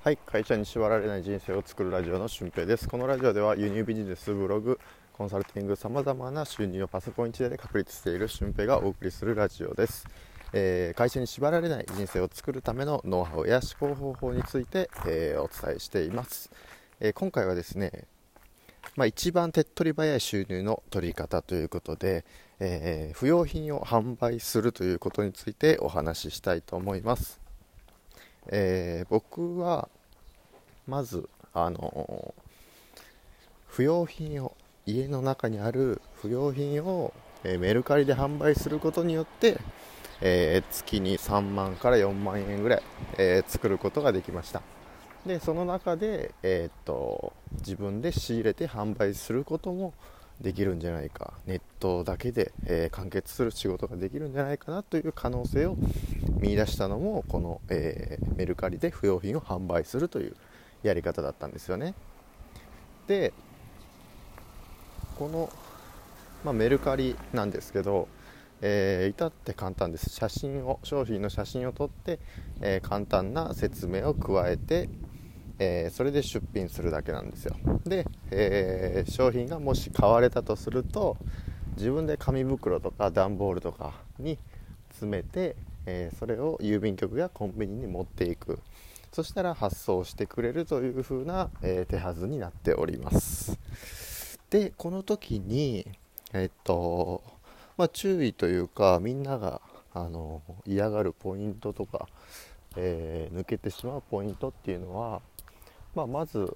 はい、会社に縛られない人生を作るラジオの俊平です。このラジオでは輸入ビジネス、ブログ、コンサルティング、さまざまな収入をパソコン一台で確立している俊平がお送りするラジオです。会社に縛られない人生を作るためのノウハウや思考方法について、お伝えしています。今回はですね、一番手っ取り早い収入の取り方ということで、不用品を販売するということについてお話ししたいと思います。僕はまず不用品を家の中にある不用品を、メルカリで販売することによって、月に3万から4万円ぐらい、作ることができました。でその中で、自分で仕入れて販売することもできるんじゃないか、ネットだけで、完結する仕事ができるんじゃないかなという可能性を見出したのもこの、メルカリで不用品を販売するというやり方だったんですよね。でこの、メルカリなんですけど、至って簡単です。商品の写真を撮って、簡単な説明を加えて、それで出品するだけなんですよ。で、商品がもし買われたとすると、自分で紙袋とか段ボールとかに詰めて、それを郵便局やコンビニに持っていく。そしたら発送してくれるという風な、手はずになっております。でこの時に注意というか、みんなが嫌がるポイントとか、抜けてしまうポイントっていうのは、まず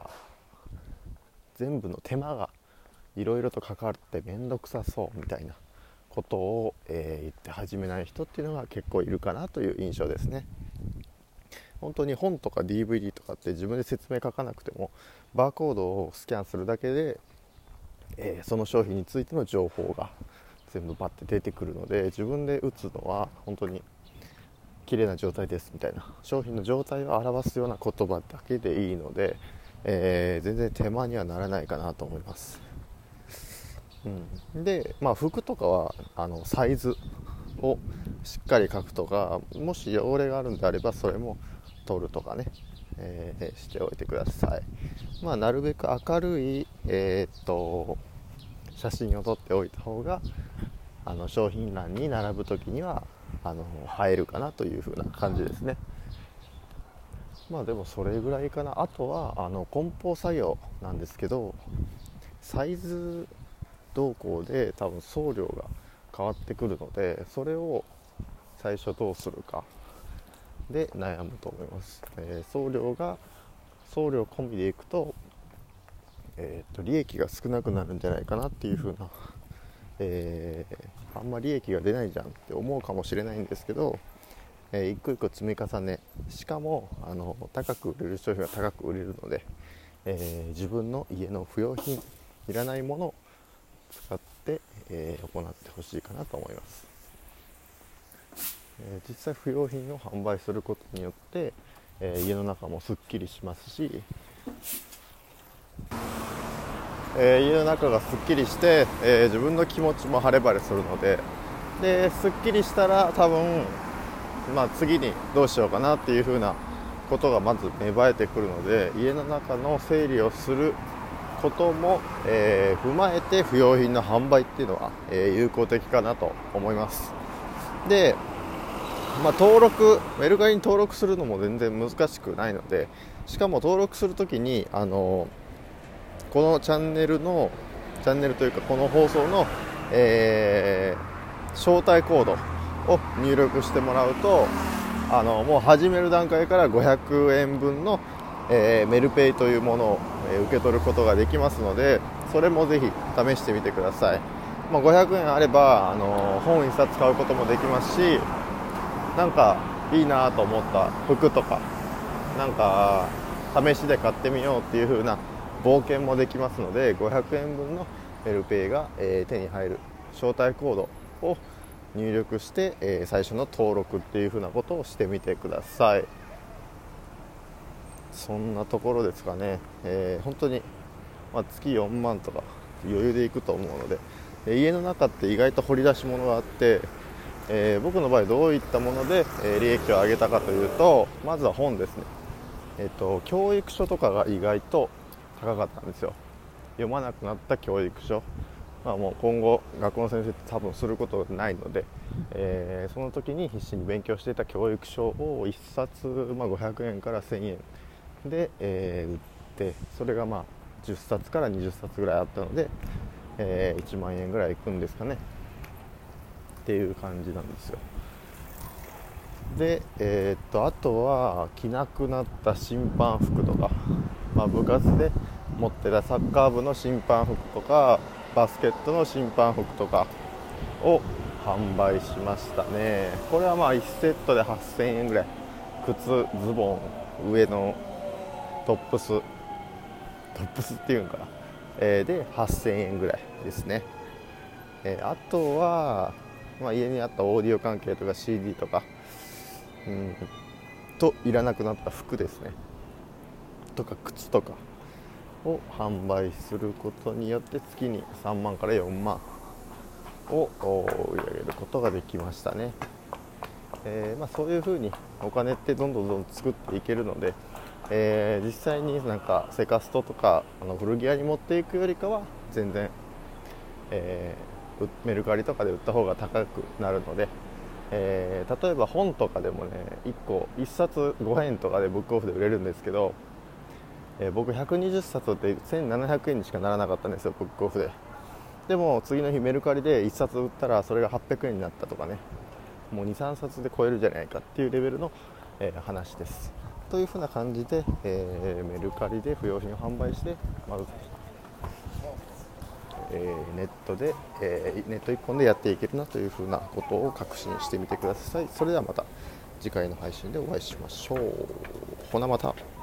全部の手間がいろいろとかかってめんどくさそうみたいなことを、言って始めない人っていうのが結構いるかなという印象ですね。本当に本とか DVD とかって自分で説明書かなくてもバーコードをスキャンするだけで、その商品についての情報が全部バッて出てくるので、自分で打つのは本当に綺麗な状態ですみたいな商品の状態を表すような言葉だけでいいので、全然手間にはならないかなと思います。で、服とかはサイズをしっかり書くとか、もし汚れがあるんであればそれも取るとかね、しておいてください。なるべく明るい、写真を撮っておいた方が商品欄に並ぶときには映えるかなという風な感じですね。でもそれぐらいかな。あとは梱包作業なんですけど、サイズ動向で多分送料が変わってくるので、それを最初どうするかで悩むと思います。送料込みでいくと、利益が少なくなるんじゃないかなっていう風な、あんまり利益が出ないじゃんって思うかもしれないんですけど、一個一個積み重ね、しかも高く売れる商品は高く売れるので、自分の家の不用品、いらないものを使って、行ってほしいかなと思います。実際不用品を販売することによって、家の中もすっきりしますし、家の中がすっきりして、自分の気持ちも晴れ晴れするので、すっきりしたら多分、次にどうしようかなっていう風なことがまず芽生えてくるので、家の中の整理をすることも、踏まえて不用品の販売っていうのは、有効的かなと思います。で、メルカリに登録するのも全然難しくないので、しかも登録するときにこのチャンネルというかこの放送の、招待コードを入力してもらうと、もう始める段階から500円分の、メルペイというものを、受け取ることができますので、それもぜひ試してみてください。500円あれば本1冊買うこともできますし、いいなと思った服とか試しで買ってみようっていう風な冒険もできますので、500円分のメルペイが、手に入る招待コードを入力して、最初の登録っていう風なことをしてみてください。そんなところですかね。本当に、月4万とか余裕でいくと思うので、家の中って意外と掘り出し物があって、僕の場合どういったもので、利益を上げたかというと、まずは本ですね。 教育書とかが意外と高かったんですよ。読まなくなった教育書、もう今後学校の先生って多分することがないので、その時に必死に勉強していた教育書を1冊、500円から1000円で、売って、それが10冊から20冊ぐらいあったので、1万円ぐらいいくんですかねっていう感じなんですよ。で、あとは着なくなった審判服とか、部活で持ってたサッカー部の審判服とかバスケットの審判服とかを販売しましたね。これは1セットで8000円ぐらい、靴、ズボン、上のトップスっていうんかな、で8000円ぐらいですね。あとは、家にあったオーディオ関係とか CD とかといらなくなった服ですねとか靴とかを販売することによって月に3万から4万を売り上げることができましたね。そういう風にお金ってどんどん作っていけるので、実際にセカストとか古着屋に持っていくよりかは全然、メルカリとかで売った方が高くなるので、例えば本とかでもね1冊5円とかでブックオフで売れるんですけど、僕120冊って1700円にしかならなかったんですよ、ブックオフで。でも次の日メルカリで1冊売ったらそれが800円になったとかね、もう 2,3 冊で超えるじゃないかっていうレベルの、話です。というふうな感じで、メルカリで不要品を販売して、ネット1本でやっていけるなというふうなことを確信してみてください。それではまた次回の配信でお会いしましょう。ほなまた。